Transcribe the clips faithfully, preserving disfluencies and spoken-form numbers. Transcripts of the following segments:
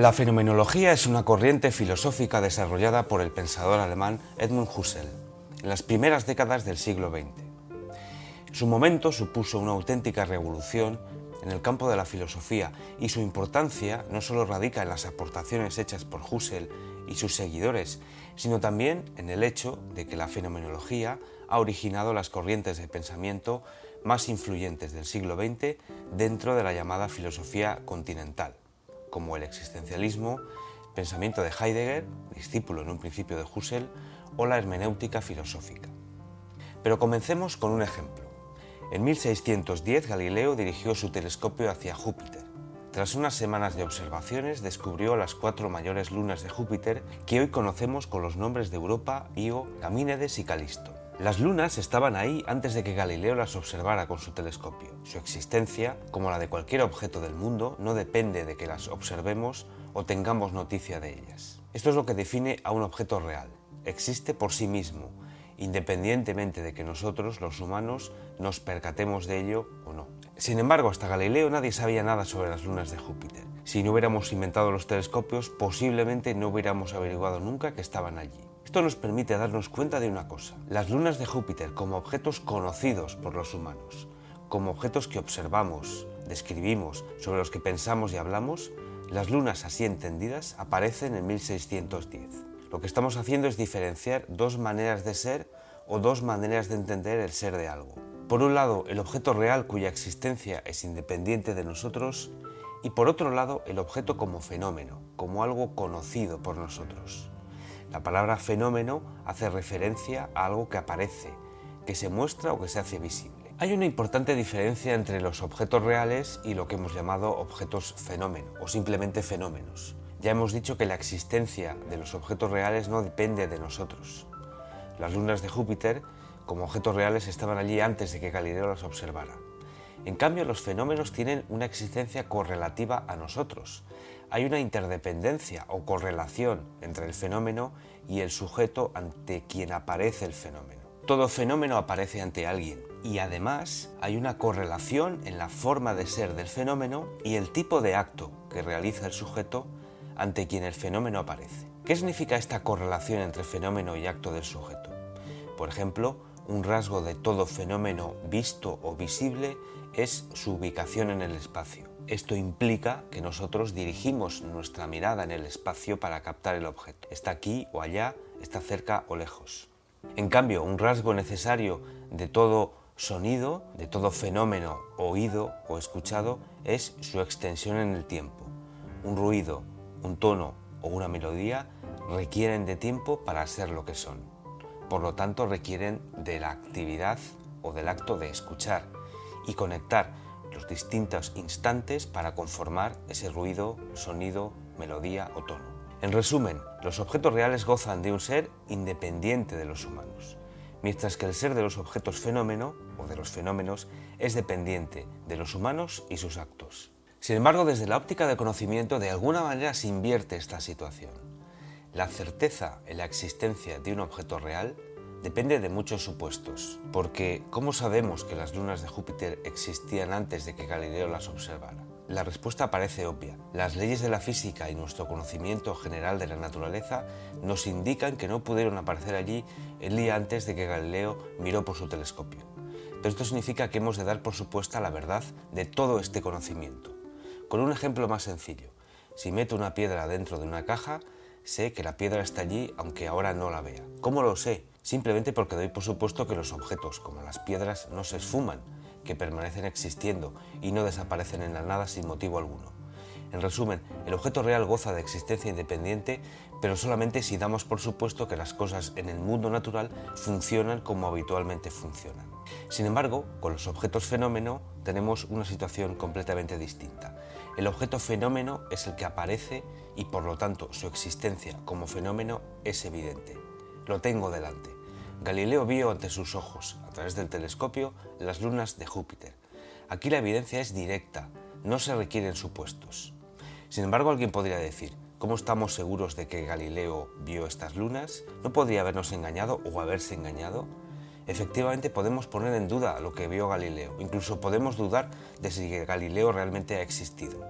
La fenomenología es una corriente filosófica desarrollada por el pensador alemán Edmund Husserl en las primeras décadas del siglo veinte. En su momento supuso una auténtica revolución en el campo de la filosofía y su importancia no solo radica en las aportaciones hechas por Husserl y sus seguidores, sino también en el hecho de que la fenomenología ha originado las corrientes de pensamiento más influyentes del siglo veinte dentro de la llamada filosofía continental, como el existencialismo, el pensamiento de Heidegger, discípulo en un principio de Husserl, o la hermenéutica filosófica. Pero comencemos con un ejemplo. En mil seiscientos diez Galileo dirigió su telescopio hacia Júpiter. Tras unas semanas de observaciones descubrió las cuatro mayores lunas de Júpiter que hoy conocemos con los nombres de Europa, Io, Ganímedes y Calisto. Las lunas estaban ahí antes de que Galileo las observara con su telescopio. Su existencia, como la de cualquier objeto del mundo, no depende de que las observemos o tengamos noticia de ellas. Esto es lo que define a un objeto real. Existe por sí mismo, independientemente de que nosotros, los humanos, nos percatemos de ello o no. Sin embargo, hasta Galileo nadie sabía nada sobre las lunas de Júpiter. Si no hubiéramos inventado los telescopios, posiblemente no hubiéramos averiguado nunca que estaban allí. Esto nos permite darnos cuenta de una cosa: las lunas de Júpiter como objetos conocidos por los humanos, como objetos que observamos, describimos, sobre los que pensamos y hablamos, las lunas así entendidas aparecen en mil seiscientos diez. Lo que estamos haciendo es diferenciar dos maneras de ser o dos maneras de entender el ser de algo. Por un lado, el objeto real cuya existencia es independiente de nosotros, y por otro lado, el objeto como fenómeno, como algo conocido por nosotros. La palabra fenómeno hace referencia a algo que aparece, que se muestra o que se hace visible. Hay una importante diferencia entre los objetos reales y lo que hemos llamado objetos fenómeno o simplemente fenómenos. Ya hemos dicho que la existencia de los objetos reales no depende de nosotros. Las lunas de Júpiter, como objetos reales, estaban allí antes de que Galileo las observara. En cambio, los fenómenos tienen una existencia correlativa a nosotros. Hay una interdependencia o correlación entre el fenómeno y el sujeto ante quien aparece el fenómeno. Todo fenómeno aparece ante alguien y además hay una correlación en la forma de ser del fenómeno y el tipo de acto que realiza el sujeto ante quien el fenómeno aparece. ¿Qué significa esta correlación entre fenómeno y acto del sujeto? Por ejemplo, un rasgo de todo fenómeno visto o visible es su ubicación en el espacio. Esto implica que nosotros dirigimos nuestra mirada en el espacio para captar el objeto. Está aquí o allá, está cerca o lejos. En cambio, un rasgo necesario de todo sonido, de todo fenómeno oído o escuchado, es su extensión en el tiempo. Un ruido, un tono o una melodía requieren de tiempo para ser lo que son. Por lo tanto, requieren de la actividad o del acto de escuchar y conectar los distintos instantes para conformar ese ruido, sonido, melodía o tono. En resumen, los objetos reales gozan de un ser independiente de los humanos, mientras que el ser de los objetos fenómeno o de los fenómenos es dependiente de los humanos y sus actos. Sin embargo, desde la óptica del conocimiento, de alguna manera se invierte esta situación. La certeza en la existencia de un objeto real depende de muchos supuestos, porque ¿cómo sabemos que las lunas de Júpiter existían antes de que Galileo las observara? La respuesta parece obvia. Las leyes de la física y nuestro conocimiento general de la naturaleza nos indican que no pudieron aparecer allí el día antes de que Galileo miró por su telescopio. Pero esto significa que hemos de dar por supuesta la verdad de todo este conocimiento. Con un ejemplo más sencillo, si meto una piedra dentro de una caja, sé que la piedra está allí aunque ahora no la vea. ¿Cómo lo sé? Simplemente porque doy por supuesto que los objetos, como las piedras, no se esfuman, que permanecen existiendo y no desaparecen en la nada sin motivo alguno. En resumen, el objeto real goza de existencia independiente, pero solamente si damos por supuesto que las cosas en el mundo natural funcionan como habitualmente funcionan. Sin embargo, con los objetos fenómeno tenemos una situación completamente distinta. El objeto fenómeno es el que aparece y por lo tanto su existencia como fenómeno es evidente. Lo tengo delante. Galileo vio ante sus ojos, a través del telescopio, las lunas de Júpiter. Aquí la evidencia es directa, no se requieren supuestos. Sin embargo, alguien podría decir, ¿cómo estamos seguros de que Galileo vio estas lunas? ¿No podría habernos engañado o haberse engañado? Efectivamente, podemos poner en duda lo que vio Galileo, incluso podemos dudar de si Galileo realmente ha existido.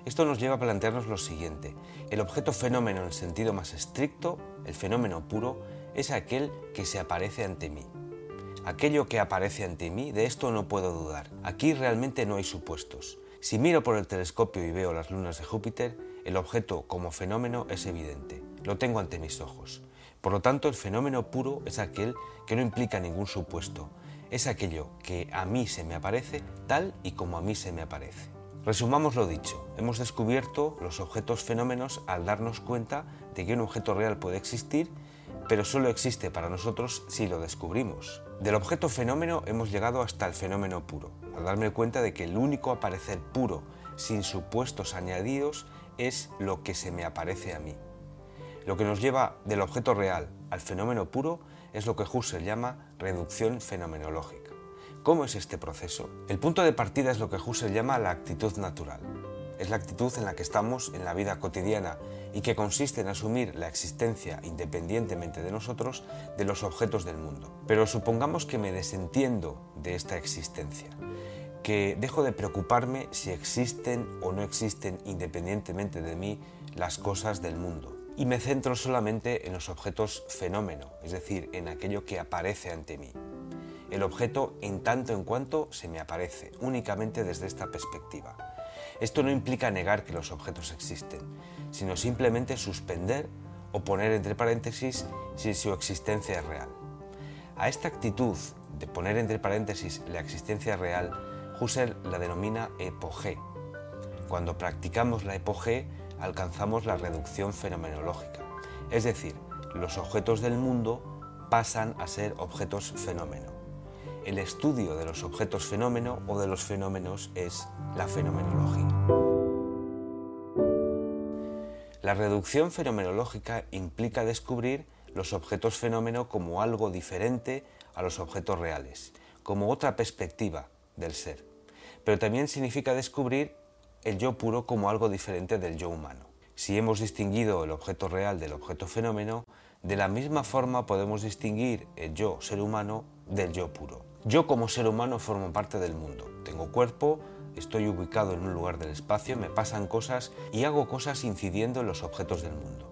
Esto nos lleva a plantearnos lo siguiente: el objeto fenómeno en sentido más estricto, el fenómeno puro, es aquel que se aparece ante mí. Aquello que aparece ante mí, de esto no puedo dudar. Aquí realmente no hay supuestos. Si miro por el telescopio y veo las lunas de Júpiter, el objeto como fenómeno es evidente. Lo tengo ante mis ojos. Por lo tanto, el fenómeno puro es aquel que no implica ningún supuesto. Es aquello que a mí se me aparece tal y como a mí se me aparece. Resumamos lo dicho. Hemos descubierto los objetos fenómenos al darnos cuenta de que un objeto real puede existir, pero solo existe para nosotros si lo descubrimos. Del objeto fenómeno hemos llegado hasta el fenómeno puro, al darme cuenta de que el único aparecer puro, sin supuestos añadidos, es lo que se me aparece a mí. Lo que nos lleva del objeto real al fenómeno puro es lo que Husserl llama reducción fenomenológica. ¿Cómo es este proceso? El punto de partida es lo que Husserl llama la actitud natural. Es la actitud en la que estamos en la vida cotidiana y que consiste en asumir la existencia, independientemente de nosotros, de los objetos del mundo. Pero supongamos que me desentiendo de esta existencia, que dejo de preocuparme si existen o no existen, independientemente de mí, las cosas del mundo, y me centro solamente en los objetos fenómeno, es decir, en aquello que aparece ante mí. El objeto en tanto en cuanto se me aparece, únicamente desde esta perspectiva. Esto no implica negar que los objetos existen, sino simplemente suspender o poner entre paréntesis si su existencia es real. A esta actitud de poner entre paréntesis la existencia real, Husserl la denomina epogé. Cuando practicamos la epogé, alcanzamos la reducción fenomenológica, es decir, los objetos del mundo pasan a ser objetos fenómeno. El estudio de los objetos fenómeno o de los fenómenos es la fenomenología. La reducción fenomenológica implica descubrir los objetos fenómeno como algo diferente a los objetos reales, como otra perspectiva del ser. Pero también significa descubrir el yo puro como algo diferente del yo humano. Si hemos distinguido el objeto real del objeto fenómeno, de la misma forma podemos distinguir el yo ser humano del yo puro. Yo como ser humano formo parte del mundo. Tengo cuerpo, estoy ubicado en un lugar del espacio, me pasan cosas y hago cosas incidiendo en los objetos del mundo.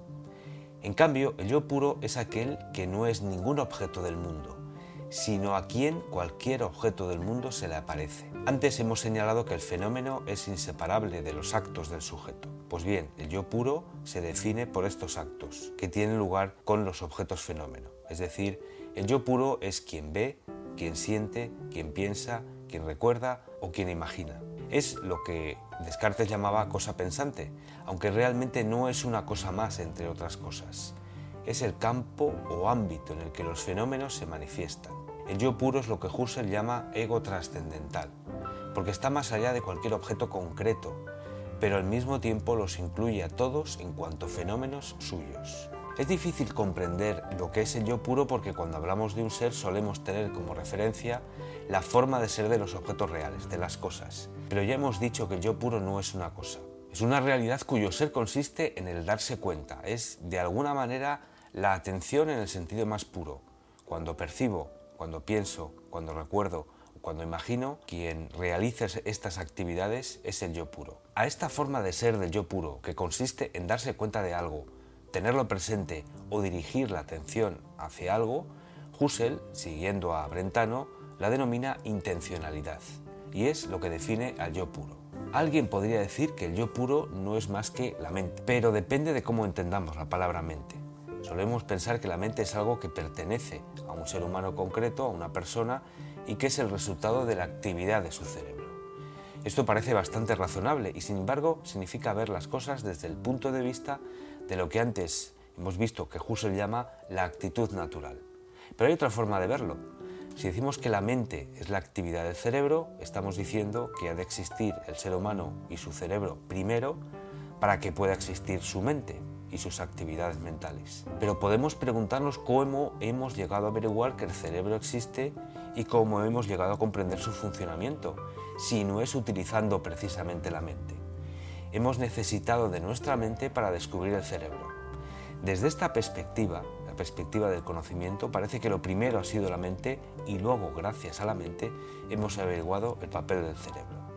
En cambio, el yo puro es aquel que no es ningún objeto del mundo, sino a quien cualquier objeto del mundo se le aparece. Antes hemos señalado que el fenómeno es inseparable de los actos del sujeto. Pues bien, el yo puro se define por estos actos, que tienen lugar con los objetos fenómeno. Es decir, el yo puro es quien ve, quien siente, quien piensa, quien recuerda o quien imagina. Es lo que Descartes llamaba cosa pensante, aunque realmente no es una cosa más entre otras cosas. Es el campo o ámbito en el que los fenómenos se manifiestan. El yo puro es lo que Husserl llama ego trascendental, porque está más allá de cualquier objeto concreto, pero al mismo tiempo los incluye a todos en cuanto fenómenos suyos. Es difícil comprender lo que es el yo puro porque cuando hablamos de un ser solemos tener como referencia la forma de ser de los objetos reales, de las cosas. Pero ya hemos dicho que el yo puro no es una cosa. Es una realidad cuyo ser consiste en el darse cuenta. Es, de alguna manera, la atención en el sentido más puro. Cuando percibo, cuando pienso, cuando recuerdo, cuando imagino, quien realiza estas actividades es el yo puro. A esta forma de ser del yo puro, que consiste en darse cuenta de algo, tenerlo presente o dirigir la atención hacia algo, Husserl, siguiendo a Brentano, la denomina intencionalidad, y es lo que define al yo puro. Alguien podría decir que el yo puro no es más que la mente, pero depende de cómo entendamos la palabra mente. Solemos pensar que la mente es algo que pertenece a un ser humano concreto, a una persona, y que es el resultado de la actividad de su cerebro. Esto parece bastante razonable y, sin embargo, significa ver las cosas desde el punto de vista de lo que antes hemos visto que Husserl llama la actitud natural. Pero hay otra forma de verlo. Si decimos que la mente es la actividad del cerebro, estamos diciendo que ha de existir el ser humano y su cerebro primero para que pueda existir su mente y sus actividades mentales. Pero podemos preguntarnos cómo hemos llegado a averiguar que el cerebro existe y cómo hemos llegado a comprender su funcionamiento, si no es utilizando precisamente la mente. Hemos necesitado de nuestra mente para descubrir el cerebro. Desde esta perspectiva, la perspectiva del conocimiento, parece que lo primero ha sido la mente y luego, gracias a la mente, hemos averiguado el papel del cerebro.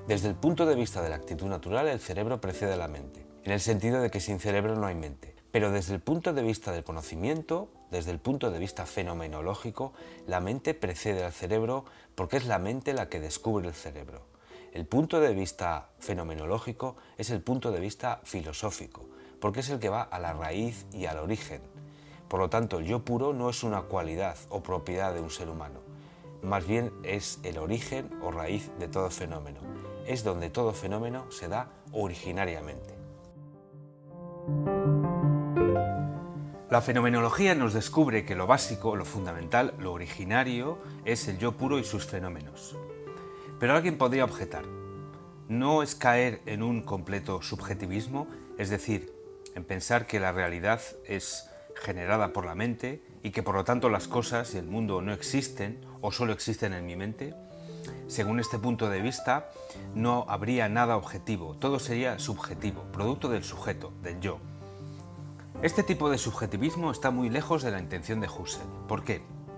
Desde el punto de vista de la actitud natural, el cerebro precede a la mente, en el sentido de que sin cerebro no hay mente. Pero desde el punto de vista del conocimiento, desde el punto de vista fenomenológico, la mente precede al cerebro porque es la mente la que descubre el cerebro. El punto de vista fenomenológico es el punto de vista filosófico, porque es el que va a la raíz y al origen. Por lo tanto, el yo puro no es una cualidad o propiedad de un ser humano, más bien es el origen o raíz de todo fenómeno. Es donde todo fenómeno se da originariamente. La fenomenología nos descubre que lo básico, lo fundamental, lo originario es el yo puro y sus fenómenos. Pero alguien podría objetar, ¿no es caer en un completo subjetivismo? Es decir, en pensar que la realidad es generada por la mente y que por lo tanto las cosas y el mundo no existen o solo existen en mi mente. Según este punto de vista, no habría nada objetivo, todo sería subjetivo, producto del sujeto, del yo. Este tipo de subjetivismo está muy lejos de la intención de Husserl. ¿Por qué?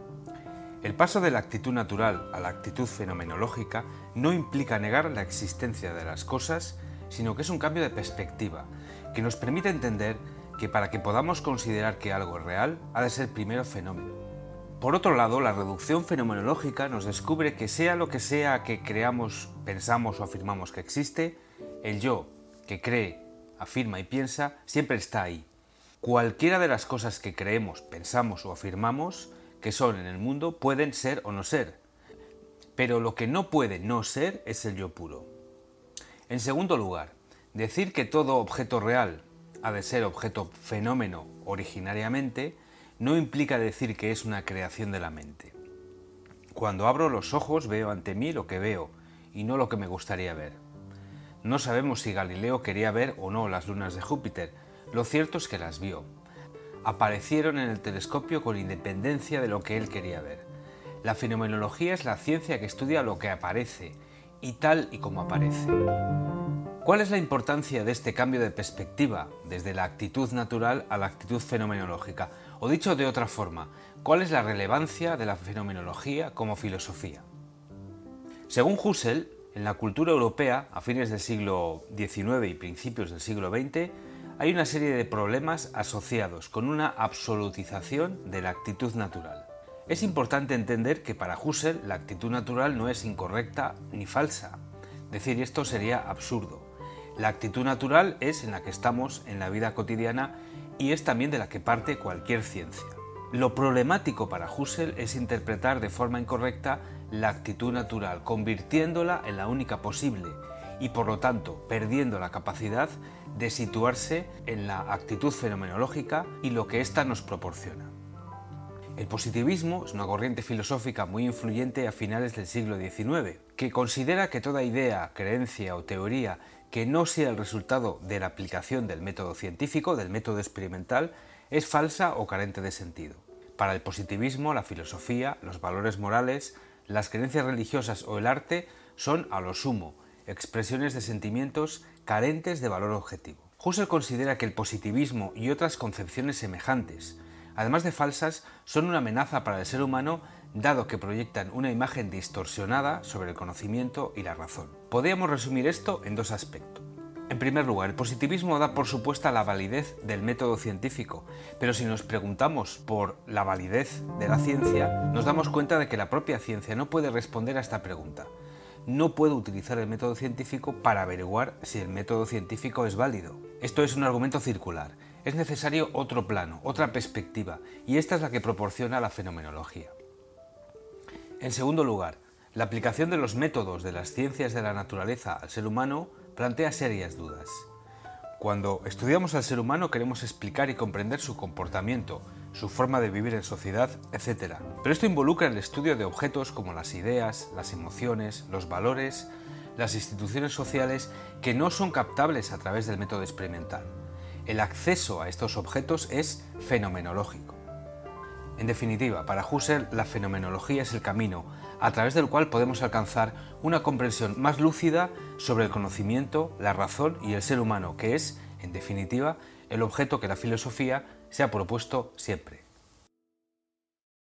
El paso de la actitud natural a la actitud fenomenológica no implica negar la existencia de las cosas, sino que es un cambio de perspectiva, que nos permite entender que para que podamos considerar que algo es real, ha de ser primero fenómeno. Por otro lado, la reducción fenomenológica nos descubre que sea lo que sea que creamos, pensamos o afirmamos que existe, el yo que cree, afirma y piensa siempre está ahí. Cualquiera de las cosas que creemos, pensamos o afirmamos que son en el mundo pueden ser o no ser, pero lo que no puede no ser es el yo puro. En segundo lugar, decir que todo objeto real ha de ser objeto fenómeno originariamente no implica decir que es una creación de la mente. Cuando abro los ojos veo ante mí lo que veo y no lo que me gustaría ver. No sabemos si Galileo quería ver o no las lunas de Júpiter, lo cierto es que las vio. Aparecieron en el telescopio con independencia de lo que él quería ver. La fenomenología es la ciencia que estudia lo que aparece y tal y como aparece. ¿Cuál es la importancia de este cambio de perspectiva desde la actitud natural a la actitud fenomenológica? O dicho de otra forma, ¿cuál es la relevancia de la fenomenología como filosofía? Según Husserl, en la cultura europea, a fines del siglo diecinueve y principios del siglo veinte, hay una serie de problemas asociados con una absolutización de la actitud natural. Es importante entender que para Husserl la actitud natural no es incorrecta ni falsa. Decir esto sería absurdo. La actitud natural es en la que estamos en la vida cotidiana y es también de la que parte cualquier ciencia. Lo problemático para Husserl es interpretar de forma incorrecta la actitud natural, convirtiéndola en la única posible y por lo tanto perdiendo la capacidad de situarse en la actitud fenomenológica y lo que ésta nos proporciona. El positivismo es una corriente filosófica muy influyente a finales del siglo diecinueve, que considera que toda idea, creencia o teoría que no sea el resultado de la aplicación del método científico, del método experimental, es falsa o carente de sentido. Para el positivismo, la filosofía, los valores morales, las creencias religiosas o el arte son, a lo sumo, expresiones de sentimientos carentes de valor objetivo. Husserl considera que el positivismo y otras concepciones semejantes, además de falsas, son una amenaza para el ser humano dado que proyectan una imagen distorsionada sobre el conocimiento y la razón. Podríamos resumir esto en dos aspectos. En primer lugar, el positivismo da por supuesta la validez del método científico, pero si nos preguntamos por la validez de la ciencia, nos damos cuenta de que la propia ciencia no puede responder a esta pregunta. No puedo utilizar el método científico para averiguar si el método científico es válido. Esto es un argumento circular. Es necesario otro plano, otra perspectiva, y esta es la que proporciona la fenomenología. En segundo lugar, la aplicación de los métodos de las ciencias de la naturaleza al ser humano plantea serias dudas. Cuando estudiamos al ser humano queremos explicar y comprender su comportamiento, su forma de vivir en sociedad, etcétera. Pero esto involucra el estudio de objetos como las ideas, las emociones, los valores, las instituciones sociales que no son captables a través del método experimental. El acceso a estos objetos es fenomenológico. En definitiva, para Husserl, la fenomenología es el camino a través del cual podemos alcanzar una comprensión más lúcida sobre el conocimiento, la razón y el ser humano, que es, en definitiva, el objeto que la filosofía se ha propuesto siempre.